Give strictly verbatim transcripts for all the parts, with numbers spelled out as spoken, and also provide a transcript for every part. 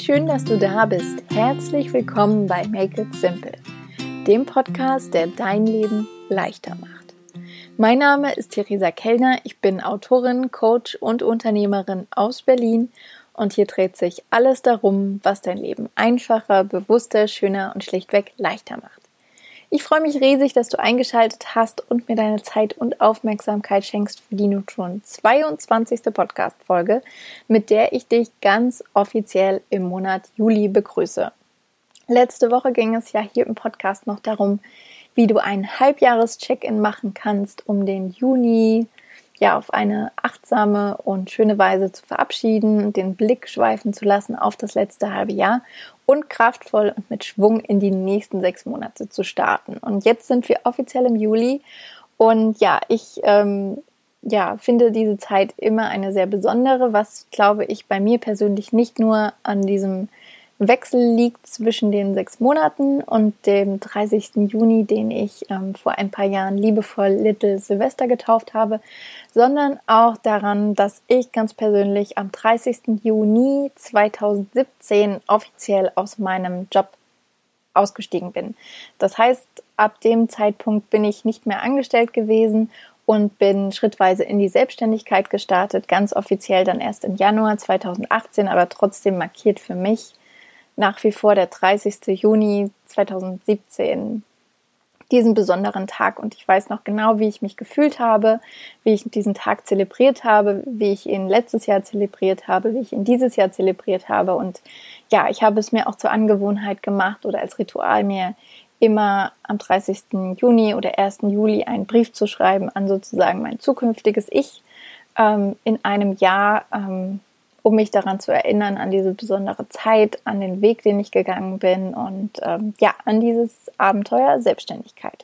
schön, dass du da bist. Herzlich willkommen bei Make It Simple, dem Podcast, der dein Leben leichter macht. Mein Name ist Theresa Kellner, ich bin Autorin, Coach und Unternehmerin aus Berlin und hier dreht sich alles darum, was dein Leben einfacher, bewusster, schöner und schlichtweg leichter macht. Ich freue mich riesig, dass du eingeschaltet hast und mir deine Zeit und Aufmerksamkeit schenkst für die nun schon zweiundzwanzigste Podcast-Folge, mit der ich dich ganz offiziell im Monat Juli begrüße. Letzte Woche ging es ja hier im Podcast noch darum, wie du ein Halbjahres-Check-in machen kannst, um den Juni ja auf eine achtsame und schöne Weise zu verabschieden, den Blick schweifen zu lassen auf das letzte halbe Jahr und kraftvoll und mit Schwung in die nächsten sechs Monate zu starten. Und jetzt sind wir offiziell im Juli und ja, ich ähm, ja, finde diese Zeit immer eine sehr besondere, was, glaube ich, bei mir persönlich nicht nur an diesem Wechsel liegt zwischen den sechs Monaten und dem dreißigsten Juni, den ich ähm, vor ein paar Jahren liebevoll Little Silvester getauft habe, sondern auch daran, dass ich ganz persönlich am dreißigsten Juni zweitausendsiebzehn offiziell aus meinem Job ausgestiegen bin. Das heißt, ab dem Zeitpunkt bin ich nicht mehr angestellt gewesen und bin schrittweise in die Selbstständigkeit gestartet, ganz offiziell dann erst im Januar zweitausendachtzehn, aber trotzdem markiert für mich nach wie vor der dreißigste Juni zweitausendsiebzehn diesen besonderen Tag. Und ich weiß noch genau, wie ich mich gefühlt habe, wie ich diesen Tag zelebriert habe, wie ich ihn letztes Jahr zelebriert habe, wie ich ihn dieses Jahr zelebriert habe. Und ja, ich habe es mir auch zur Angewohnheit gemacht oder als Ritual, mir immer am dreißigsten Juni oder ersten Juli einen Brief zu schreiben an sozusagen mein zukünftiges Ich ähm, in einem Jahr, ähm, um mich daran zu erinnern, an diese besondere Zeit, an den Weg, den ich gegangen bin und ähm, ja, an dieses Abenteuer Selbstständigkeit.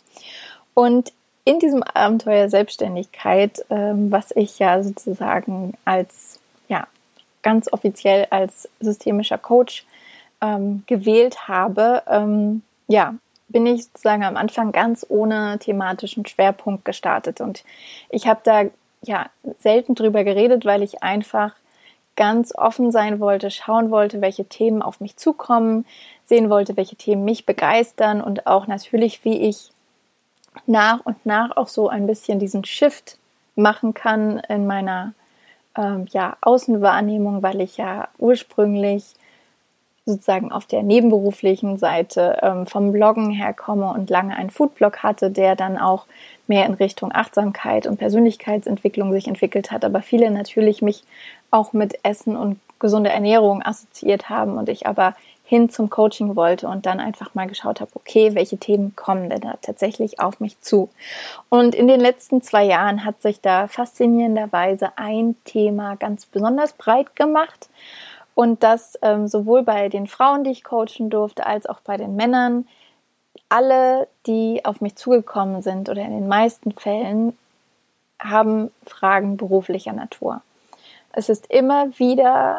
Und in diesem Abenteuer Selbstständigkeit, ähm, was ich ja sozusagen als, ja, ganz offiziell als systemischer Coach ähm, gewählt habe, ähm, ja, bin ich sozusagen am Anfang ganz ohne thematischen Schwerpunkt gestartet. Und ich habe da ja selten drüber geredet, weil ich einfach ganz offen sein wollte, schauen wollte, welche Themen auf mich zukommen, sehen wollte, welche Themen mich begeistern und auch natürlich, wie ich nach und nach auch so ein bisschen diesen Shift machen kann in meiner ähm, ja, Außenwahrnehmung, weil ich ja ursprünglich sozusagen auf der nebenberuflichen Seite ähm, vom Bloggen herkomme und lange einen Foodblog hatte, der dann auch mehr in Richtung Achtsamkeit und Persönlichkeitsentwicklung sich entwickelt hat, aber viele natürlich mich auch mit Essen und gesunder Ernährung assoziiert haben und ich aber hin zum Coaching wollte und dann einfach mal geschaut habe, okay, welche Themen kommen denn da tatsächlich auf mich zu? Und in den letzten zwei Jahren hat sich da faszinierenderweise ein Thema ganz besonders breit gemacht und das ähm, sowohl bei den Frauen, die ich coachen durfte, als auch bei den Männern. Alle, die auf mich zugekommen sind oder in den meisten Fällen, haben Fragen beruflicher Natur. Es ist immer wieder,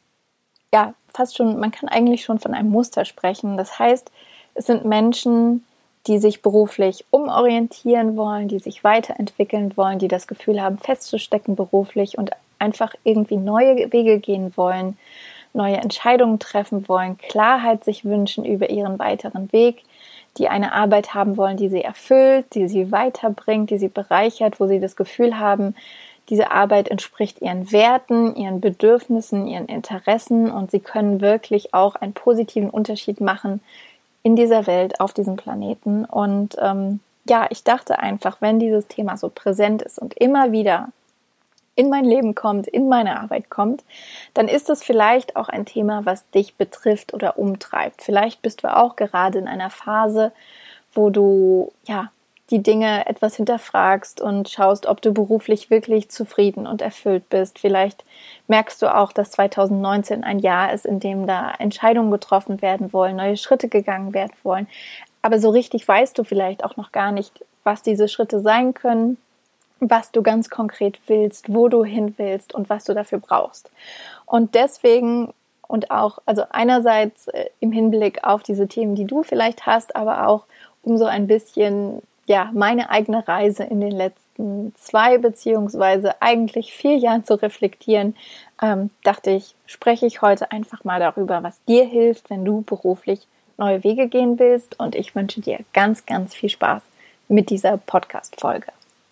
ja, fast schon, man kann eigentlich schon von einem Muster sprechen. Das heißt, es sind Menschen, die sich beruflich umorientieren wollen, die sich weiterentwickeln wollen, die das Gefühl haben, festzustecken beruflich und einfach irgendwie neue Wege gehen wollen, neue Entscheidungen treffen wollen, Klarheit sich wünschen über ihren weiteren Weg, die eine Arbeit haben wollen, die sie erfüllt, die sie weiterbringt, die sie bereichert, wo sie das Gefühl haben, diese Arbeit entspricht ihren Werten, ihren Bedürfnissen, ihren Interessen und sie können wirklich auch einen positiven Unterschied machen in dieser Welt, auf diesem Planeten. Und ähm, ja, ich dachte einfach, wenn dieses Thema so präsent ist und immer wieder in mein Leben kommt, in meine Arbeit kommt, dann ist es vielleicht auch ein Thema, was dich betrifft oder umtreibt. Vielleicht bist du auch gerade in einer Phase, wo du ja die Dinge etwas hinterfragst und schaust, ob du beruflich wirklich zufrieden und erfüllt bist. Vielleicht merkst du auch, dass zweitausendneunzehn ein Jahr ist, in dem da Entscheidungen getroffen werden wollen, neue Schritte gegangen werden wollen. Aber so richtig weißt du vielleicht auch noch gar nicht, was diese Schritte sein können, was du ganz konkret willst, wo du hin willst und was du dafür brauchst. Und deswegen und auch, also einerseits im Hinblick auf diese Themen, die du vielleicht hast, aber auch um so ein bisschen ja, meine eigene Reise in den letzten zwei beziehungsweise eigentlich vier Jahren zu reflektieren, ähm, dachte ich, spreche ich heute einfach mal darüber, was dir hilft, wenn du beruflich neue Wege gehen willst. Und ich wünsche dir ganz, ganz viel Spaß mit dieser Podcast-Folge.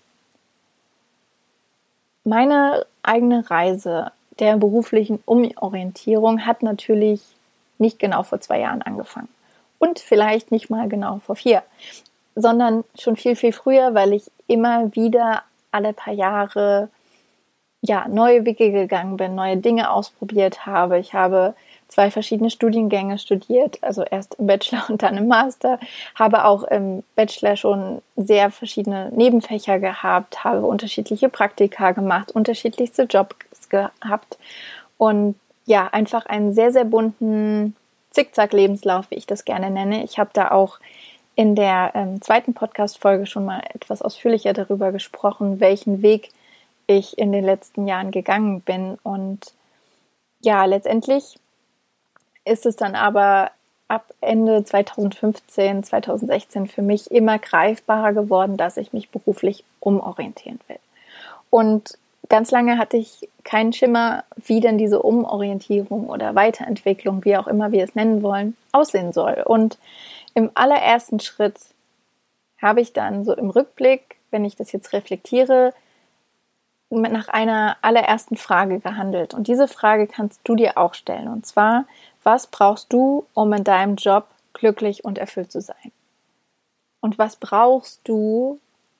Meine eigene Reise der beruflichen Umorientierung hat natürlich nicht genau vor zwei Jahren angefangen. Und vielleicht nicht mal genau vor vier, sondern schon viel, viel früher, weil ich immer wieder alle paar Jahre ja, neue Wege gegangen bin, neue Dinge ausprobiert habe. Ich habe zwei verschiedene Studiengänge studiert, also erst im Bachelor und dann im Master, habe auch im Bachelor schon sehr verschiedene Nebenfächer gehabt, habe unterschiedliche Praktika gemacht, unterschiedlichste Jobs gehabt und ja, einfach einen sehr, sehr bunten Zickzack-Lebenslauf, wie ich das gerne nenne. Ich habe da auch in der ähm, zweiten Podcast-Folge schon mal etwas ausführlicher darüber gesprochen, welchen Weg ich in den letzten Jahren gegangen bin. Und ja, letztendlich ist es dann aber ab Ende zwanzig fünfzehn, zwanzig sechzehn für mich immer greifbarer geworden, dass ich mich beruflich umorientieren will. Und ganz lange hatte ich keinen Schimmer, wie denn diese Umorientierung oder Weiterentwicklung, wie auch immer wir es nennen wollen, aussehen soll. Und im allerersten Schritt habe ich dann so im Rückblick, wenn ich das jetzt reflektiere, nach einer allerersten Frage gehandelt. Und diese Frage kannst du dir auch stellen. Und zwar, was brauchst du, um in deinem Job glücklich und erfüllt zu sein? Und was brauchst du,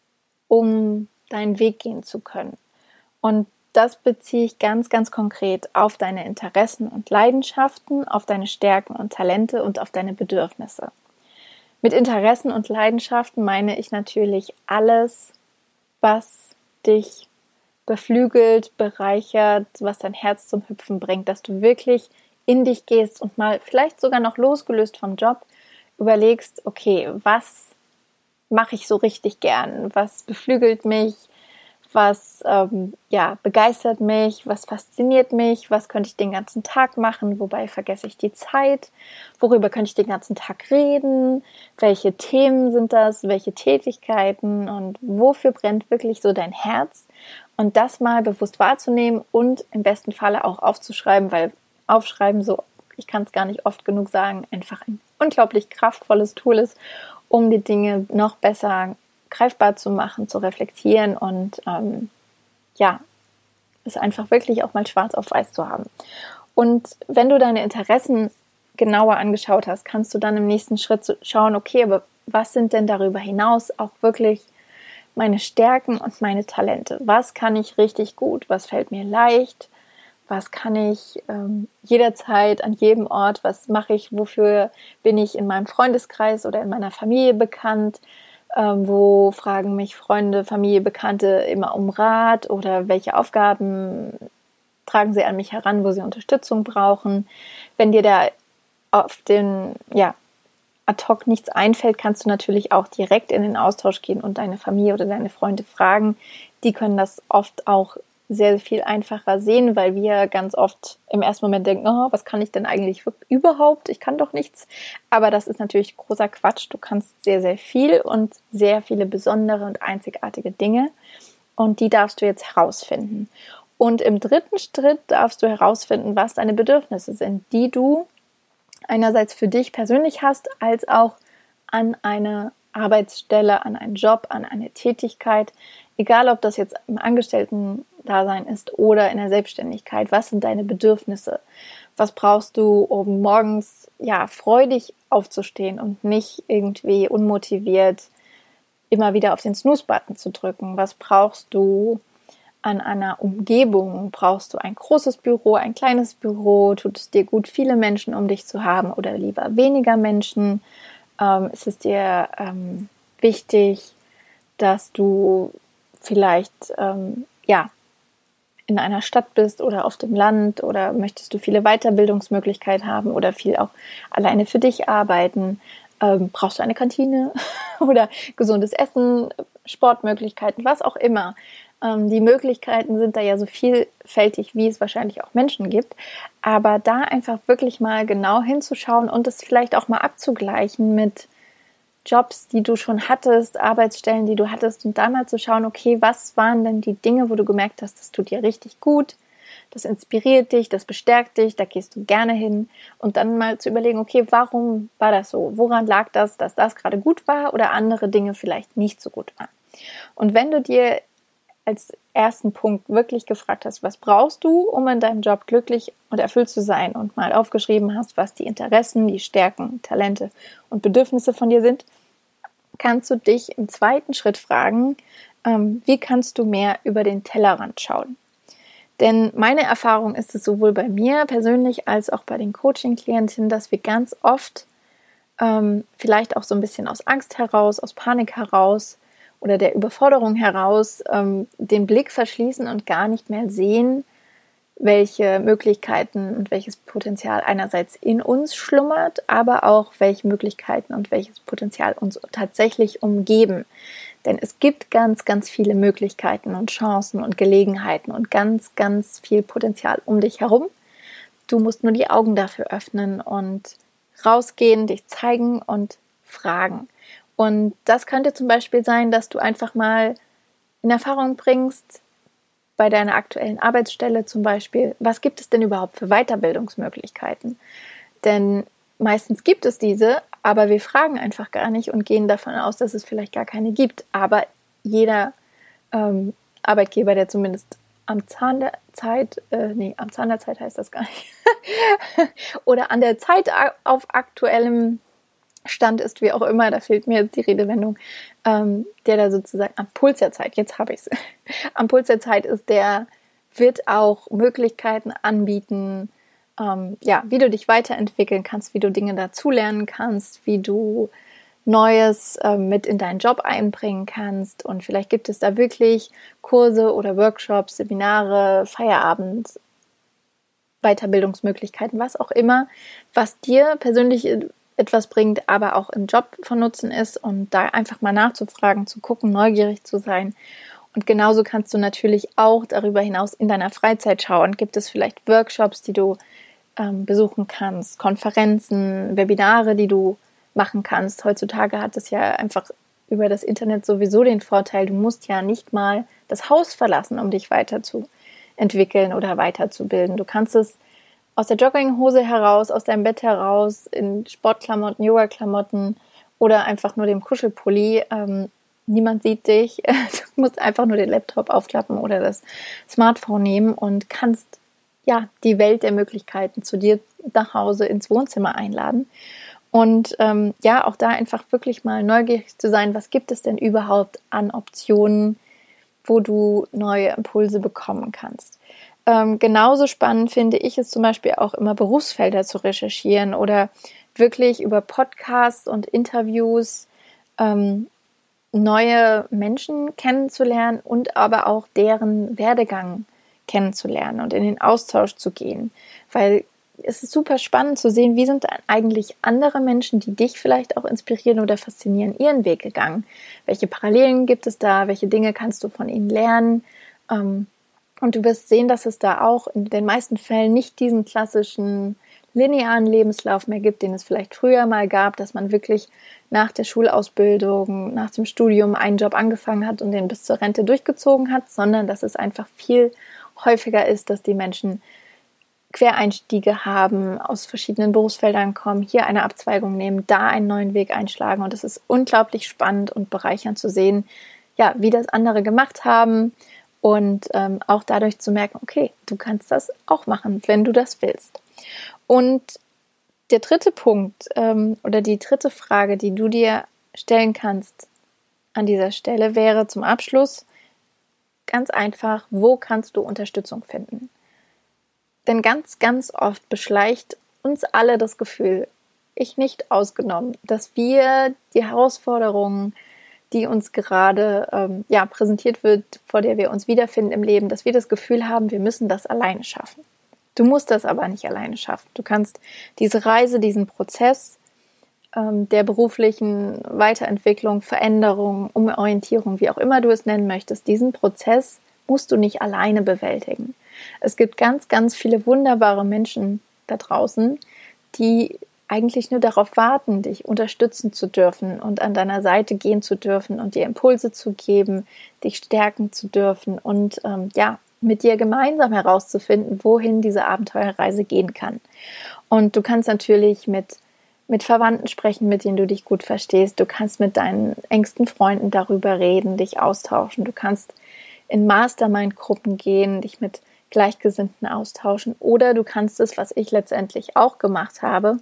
um deinen Weg gehen zu können? Und das beziehe ich ganz, ganz konkret auf deine Interessen und Leidenschaften, auf deine Stärken und Talente und auf deine Bedürfnisse. Mit Interessen und Leidenschaften meine ich natürlich alles, was dich beflügelt, bereichert, was dein Herz zum Hüpfen bringt, dass du wirklich in dich gehst und mal vielleicht sogar noch losgelöst vom Job überlegst, okay, was mache ich so richtig gern? Was beflügelt mich? Was ähm, ja, begeistert mich? Was fasziniert mich? Was könnte ich den ganzen Tag machen? Wobei vergesse ich die Zeit? Worüber könnte ich den ganzen Tag reden? Welche Themen sind das? Welche Tätigkeiten? Und wofür brennt wirklich so dein Herz? Und das mal bewusst wahrzunehmen und im besten Falle auch aufzuschreiben, weil Aufschreiben, so, ich kann es gar nicht oft genug sagen, einfach ein unglaublich kraftvolles Tool ist, um die Dinge noch besser greifbar zu machen, zu reflektieren und ähm, ja, es einfach wirklich auch mal schwarz auf weiß zu haben. Und wenn du deine Interessen genauer angeschaut hast, kannst du dann im nächsten Schritt schauen, okay, aber was sind denn darüber hinaus auch wirklich meine Stärken und meine Talente? Was kann ich richtig gut? Was fällt mir leicht? Was kann ich ähm, jederzeit, an jedem Ort? Was mache ich? Wofür bin ich in meinem Freundeskreis oder in meiner Familie bekannt? Ähm, wo fragen mich Freunde, Familie, Bekannte immer um Rat oder welche Aufgaben tragen sie an mich heran, wo sie Unterstützung brauchen? Wenn dir da auf den, ja, ad hoc nichts einfällt, kannst du natürlich auch direkt in den Austausch gehen und deine Familie oder deine Freunde fragen. Die können das oft auch sehr viel einfacher sehen, weil wir ganz oft im ersten Moment denken, oh, was kann ich denn eigentlich überhaupt? Ich kann doch nichts. Aber das ist natürlich großer Quatsch. Du kannst sehr, sehr viel und sehr viele besondere und einzigartige Dinge. Und die darfst du jetzt herausfinden. Und im dritten Schritt darfst du herausfinden, was deine Bedürfnisse sind, die du einerseits für dich persönlich hast, als auch an eine Arbeitsstelle, an einen Job, an eine Tätigkeit, egal ob das jetzt im Angestellten-Dasein ist oder in der Selbstständigkeit. Was sind deine Bedürfnisse? Was brauchst du, um morgens ja freudig aufzustehen und nicht irgendwie unmotiviert immer wieder auf den Snooze-Button zu drücken? Was brauchst du an einer Umgebung? Brauchst du ein großes Büro, ein kleines Büro? Tut es dir gut, viele Menschen um dich zu haben oder lieber weniger Menschen? Ähm, ist es dir ähm, wichtig, dass du vielleicht ähm, ja in einer Stadt bist oder auf dem Land, oder möchtest du viele Weiterbildungsmöglichkeiten haben oder viel auch alleine für dich arbeiten? Ähm, brauchst du eine Kantine oder gesundes Essen, Sportmöglichkeiten, was auch immer? Ähm, die Möglichkeiten sind da ja so vielfältig, wie es wahrscheinlich auch Menschen gibt. Aber da einfach wirklich mal genau hinzuschauen und es vielleicht auch mal abzugleichen mit Jobs, die du schon hattest, Arbeitsstellen, die du hattest und da mal zu schauen, okay, was waren denn die Dinge, wo du gemerkt hast, das tut dir richtig gut, das inspiriert dich, das bestärkt dich, da gehst du gerne hin und dann mal zu überlegen, okay, warum war das so? Woran lag das, dass das gerade gut war oder andere Dinge vielleicht nicht so gut waren? Und wenn du dir als ersten Punkt wirklich gefragt hast, was brauchst du, um in deinem Job glücklich und erfüllt zu sein und mal aufgeschrieben hast, was die Interessen, die Stärken, Talente und Bedürfnisse von dir sind, kannst du dich im zweiten Schritt fragen, ähm, wie kannst du mehr über den Tellerrand schauen? Denn meine Erfahrung ist es sowohl bei mir persönlich als auch bei den Coaching-Klientinnen, dass wir ganz oft ähm, vielleicht auch so ein bisschen aus Angst heraus, aus Panik heraus oder der Überforderung heraus ähm, den Blick verschließen und gar nicht mehr sehen, welche Möglichkeiten und welches Potenzial einerseits in uns schlummert, aber auch welche Möglichkeiten und welches Potenzial uns tatsächlich umgeben. Denn es gibt ganz, ganz viele Möglichkeiten und Chancen und Gelegenheiten und ganz, ganz viel Potenzial um dich herum. Du musst nur die Augen dafür öffnen und rausgehen, dich zeigen und fragen. Und das könnte zum Beispiel sein, dass du einfach mal in Erfahrung bringst, bei deiner aktuellen Arbeitsstelle zum Beispiel, was gibt es denn überhaupt für Weiterbildungsmöglichkeiten? Denn meistens gibt es diese, aber wir fragen einfach gar nicht und gehen davon aus, dass es vielleicht gar keine gibt. Aber jeder ähm, Arbeitgeber, der zumindest am Zahn der Zeit, äh, nee, am Zahn der Zeit heißt das gar nicht, oder an der Zeit auf aktuellem Stand ist, wie auch immer, da fehlt mir jetzt die Redewendung, ähm, der da sozusagen am Puls der Zeit, jetzt habe ich es, am Puls der Zeit ist, der wird auch Möglichkeiten anbieten, ähm, ja, wie du dich weiterentwickeln kannst, wie du Dinge dazulernen kannst, wie du Neues ähm, mit in deinen Job einbringen kannst und vielleicht gibt es da wirklich Kurse oder Workshops, Seminare, Feierabend, Weiterbildungsmöglichkeiten, was auch immer, was dir persönlich etwas bringt, aber auch im Job von Nutzen ist und da einfach mal nachzufragen, zu gucken, neugierig zu sein. Und genauso kannst du natürlich auch darüber hinaus in deiner Freizeit schauen. Gibt es vielleicht Workshops, die du ähm, besuchen kannst, Konferenzen, Webinare, die du machen kannst. Heutzutage hat es ja einfach über das Internet sowieso den Vorteil, du musst ja nicht mal das Haus verlassen, um dich weiterzuentwickeln oder weiterzubilden. Du kannst es aus der Jogginghose heraus, aus deinem Bett heraus, in Sportklamotten, Yoga-Klamotten oder einfach nur dem Kuschelpulli. Ähm, niemand sieht dich. Du musst einfach nur den Laptop aufklappen oder das Smartphone nehmen und kannst ja die Welt der Möglichkeiten zu dir nach Hause ins Wohnzimmer einladen. Und ähm, ja, auch da einfach wirklich mal neugierig zu sein, was gibt es denn überhaupt an Optionen, wo du neue Impulse bekommen kannst. Ähm, genauso spannend finde ich es zum Beispiel auch immer, Berufsfelder zu recherchieren oder wirklich über Podcasts und Interviews ähm, neue Menschen kennenzulernen und aber auch deren Werdegang kennenzulernen und in den Austausch zu gehen. Weil es ist super spannend zu sehen, wie sind eigentlich andere Menschen, die dich vielleicht auch inspirieren oder faszinieren, ihren Weg gegangen. Welche Parallelen gibt es da? Welche Dinge kannst du von ihnen lernen? Ähm, Und du wirst sehen, dass es da auch in den meisten Fällen nicht diesen klassischen linearen Lebenslauf mehr gibt, den es vielleicht früher mal gab, dass man wirklich nach der Schulausbildung, nach dem Studium einen Job angefangen hat und den bis zur Rente durchgezogen hat, sondern dass es einfach viel häufiger ist, dass die Menschen Quereinstiege haben, aus verschiedenen Berufsfeldern kommen, hier eine Abzweigung nehmen, da einen neuen Weg einschlagen. Und es ist unglaublich spannend und bereichernd zu sehen, ja, wie das andere gemacht haben. Und ähm, auch dadurch zu merken, okay, du kannst das auch machen, wenn du das willst. Und der dritte Punkt ähm, oder die dritte Frage, die du dir stellen kannst an dieser Stelle, wäre zum Abschluss ganz einfach, wo kannst du Unterstützung finden? Denn ganz, ganz oft beschleicht uns alle das Gefühl, ich nicht ausgenommen, dass wir die Herausforderungen, die uns gerade ähm, ja, präsentiert wird, vor der wir uns wiederfinden im Leben, dass wir das Gefühl haben, wir müssen das alleine schaffen. Du musst das aber nicht alleine schaffen. Du kannst diese Reise, diesen Prozess ähm, der beruflichen Weiterentwicklung, Veränderung, Umorientierung, wie auch immer du es nennen möchtest, diesen Prozess musst du nicht alleine bewältigen. Es gibt ganz, ganz viele wunderbare Menschen da draußen, die eigentlich nur darauf warten, dich unterstützen zu dürfen und an deiner Seite gehen zu dürfen und dir Impulse zu geben, dich stärken zu dürfen und ähm, ja, mit dir gemeinsam herauszufinden, wohin diese Abenteuerreise gehen kann. Und du kannst natürlich mit, mit Verwandten sprechen, mit denen du dich gut verstehst. Du kannst mit deinen engsten Freunden darüber reden, dich austauschen. Du kannst in Mastermind-Gruppen gehen, dich mit Gleichgesinnten austauschen. Oder du kannst es, was ich letztendlich auch gemacht habe,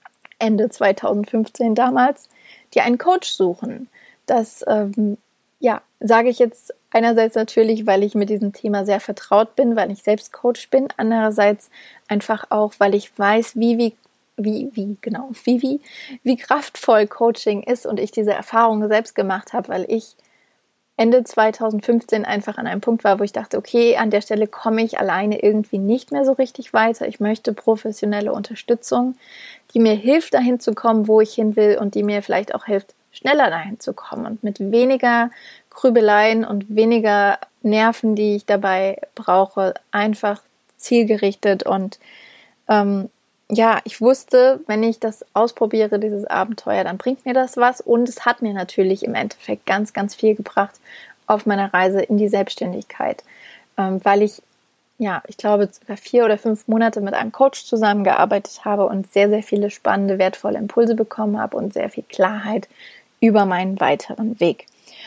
Ende zweitausendfünfzehn damals, dir einen Coach suchen. Das, ähm, ja, sage ich jetzt einerseits natürlich, weil ich mit diesem Thema sehr vertraut bin, weil ich selbst Coach bin. Andererseits einfach auch, weil ich weiß, wie, wie, wie, wie, genau, wie, wie, wie kraftvoll Coaching ist und ich diese Erfahrung selbst gemacht habe, weil ich Ende zweitausendfünfzehn einfach an einem Punkt war, wo ich dachte, okay, an der Stelle komme ich alleine irgendwie nicht mehr so richtig weiter. Ich möchte professionelle Unterstützung, die mir hilft, dahin zu kommen, wo ich hin will und die mir vielleicht auch hilft, schneller dahin zu kommen und mit weniger Grübeleien und weniger Nerven, die ich dabei brauche, einfach zielgerichtet. Und ähm, ja, ich wusste, wenn ich das ausprobiere, dieses Abenteuer, dann bringt mir das was. Und es hat mir natürlich im Endeffekt ganz, ganz viel gebracht auf meiner Reise in die Selbstständigkeit, ähm, weil ich, ja, ich glaube, sogar vier oder fünf Monate mit einem Coach zusammengearbeitet habe und sehr, sehr viele spannende, wertvolle Impulse bekommen habe und sehr viel Klarheit über meinen weiteren Weg.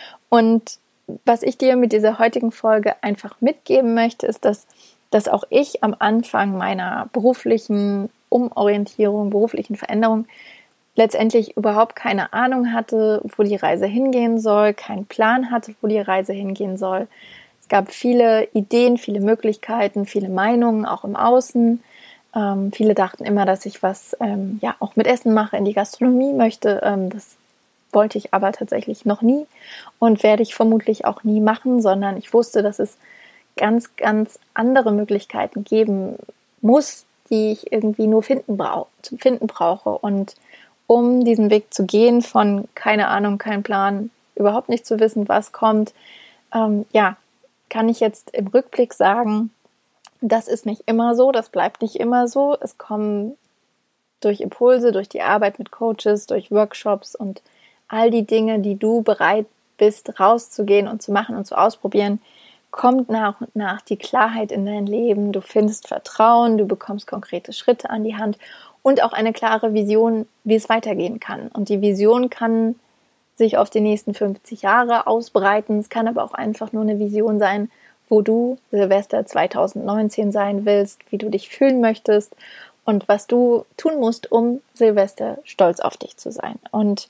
Und was ich dir mit dieser heutigen Folge einfach mitgeben möchte, ist, dass, dass auch ich am Anfang meiner beruflichen Umorientierung, beruflichen Veränderung letztendlich überhaupt keine Ahnung hatte, wo die Reise hingehen soll, keinen Plan hatte, wo die Reise hingehen soll. Es gab viele Ideen, viele Möglichkeiten, viele Meinungen, auch im Außen. Ähm, viele dachten immer, dass ich was ähm, ja auch mit Essen mache, in die Gastronomie möchte. Ähm, das wollte ich aber tatsächlich noch nie und werde ich vermutlich auch nie machen, sondern ich wusste, dass es ganz, ganz andere Möglichkeiten geben muss, die ich irgendwie nur finden, brau- zu finden brauche. Und um diesen Weg zu gehen von keine Ahnung, kein Plan, überhaupt nicht zu wissen, was kommt, ähm, ja, kann ich jetzt im Rückblick sagen, das ist nicht immer so, das bleibt nicht immer so. Es kommen durch Impulse, durch die Arbeit mit Coaches, durch Workshops und all die Dinge, die du bereit bist, rauszugehen und zu machen und zu ausprobieren, kommt nach und nach die Klarheit in dein Leben. Du findest Vertrauen, du bekommst konkrete Schritte an die Hand und auch eine klare Vision, wie es weitergehen kann. Und die Vision kann sich auf die nächsten fünfzig Jahre ausbreiten. Es kann aber auch einfach nur eine Vision sein, wo du Silvester zweitausendneunzehn sein willst, wie du dich fühlen möchtest und was du tun musst, um Silvester stolz auf dich zu sein. Und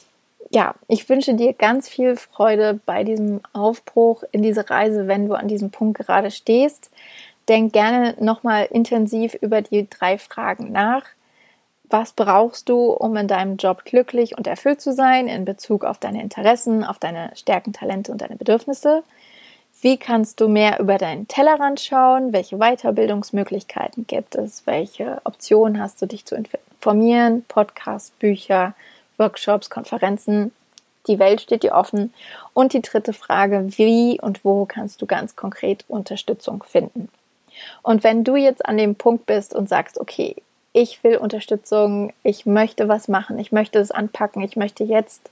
ja, ich wünsche dir ganz viel Freude bei diesem Aufbruch in diese Reise, wenn du an diesem Punkt gerade stehst. Denk gerne nochmal intensiv über die drei Fragen nach. Was brauchst du, um in deinem Job glücklich und erfüllt zu sein in Bezug auf deine Interessen, auf deine Stärken, Talente und deine Bedürfnisse? Wie kannst du mehr über deinen Tellerrand schauen? Welche Weiterbildungsmöglichkeiten gibt es? Welche Optionen hast du, dich zu informieren? Podcasts, Bücher, Workshops, Konferenzen, die Welt steht dir offen. Und die dritte Frage, wie und wo kannst du ganz konkret Unterstützung finden? Und wenn du jetzt an dem Punkt bist und sagst, okay, ich will Unterstützung, ich möchte was machen, ich möchte es anpacken, ich möchte jetzt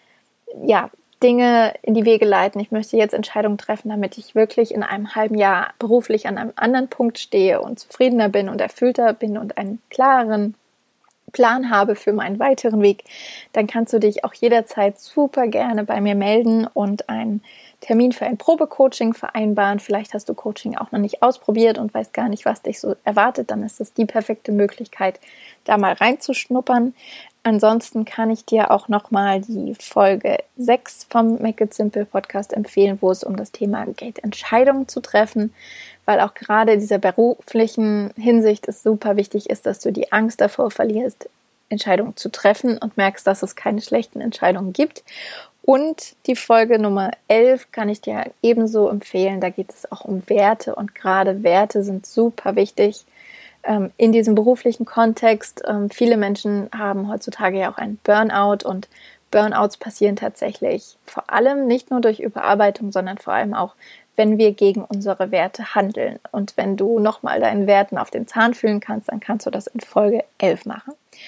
ja, Dinge in die Wege leiten, ich möchte jetzt Entscheidungen treffen, damit ich wirklich in einem halben Jahr beruflich an einem anderen Punkt stehe und zufriedener bin und erfüllter bin und einen klareren Plan habe für meinen weiteren Weg, dann kannst du dich auch jederzeit super gerne bei mir melden und einen Termin für ein Probecoaching vereinbaren. Vielleicht hast du Coaching auch noch nicht ausprobiert und weißt gar nicht, was dich so erwartet. Dann ist das die perfekte Möglichkeit, da mal reinzuschnuppern. Ansonsten kann ich dir auch nochmal die Folge sechs vom Make It Simple Podcast empfehlen, wo es um das Thema geht, Entscheidungen zu treffen, weil auch gerade in dieser beruflichen Hinsicht es super wichtig ist, dass du die Angst davor verlierst, Entscheidungen zu treffen und merkst, dass es keine schlechten Entscheidungen gibt. Und die Folge Nummer elf kann ich dir ebenso empfehlen. Da geht es auch um Werte und gerade Werte sind super wichtig ähm, in diesem beruflichen Kontext. Ähm, viele Menschen haben heutzutage ja auch einen Burnout und Burnouts passieren tatsächlich vor allem nicht nur durch Überarbeitung, sondern vor allem auch, wenn wir gegen unsere Werte handeln. Und wenn du nochmal deinen Werten auf den Zahn fühlen kannst, dann kannst du das in Folge elf machen.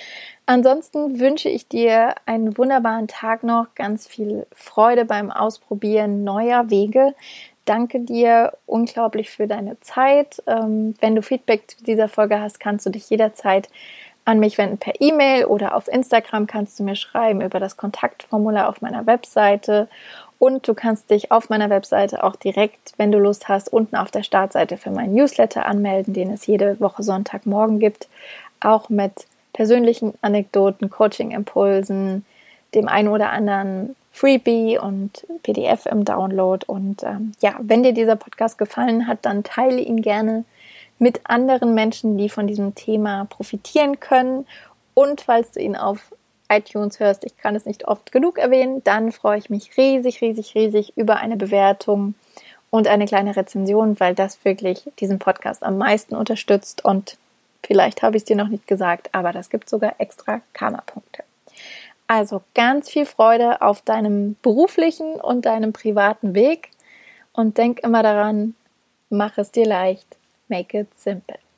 Ansonsten wünsche ich dir einen wunderbaren Tag noch, ganz viel Freude beim Ausprobieren neuer Wege. Danke dir unglaublich für deine Zeit. Ähm, wenn du Feedback zu dieser Folge hast, kannst du dich jederzeit an mich wenden per E-Mail oder auf Instagram kannst du mir schreiben über das Kontaktformular auf meiner Webseite. Und du kannst dich auf meiner Webseite auch direkt, wenn du Lust hast, unten auf der Startseite für meinen Newsletter anmelden, den es jede Woche Sonntagmorgen gibt, auch mit persönlichen Anekdoten, Coaching-Impulsen, dem einen oder anderen Freebie und P D F im Download. Und ähm, ja, wenn dir dieser Podcast gefallen hat, dann teile ihn gerne mit anderen Menschen, die von diesem Thema profitieren können. Und falls du ihn auf iTunes hörst, ich kann es nicht oft genug erwähnen, dann freue ich mich riesig, riesig, riesig über eine Bewertung und eine kleine Rezension, weil das wirklich diesen Podcast am meisten unterstützt. Und vielleicht habe ich es dir noch nicht gesagt, aber das gibt sogar extra Karma-Punkte. Also ganz viel Freude auf deinem beruflichen und deinem privaten Weg und denk immer daran, mach es dir leicht, make it simple.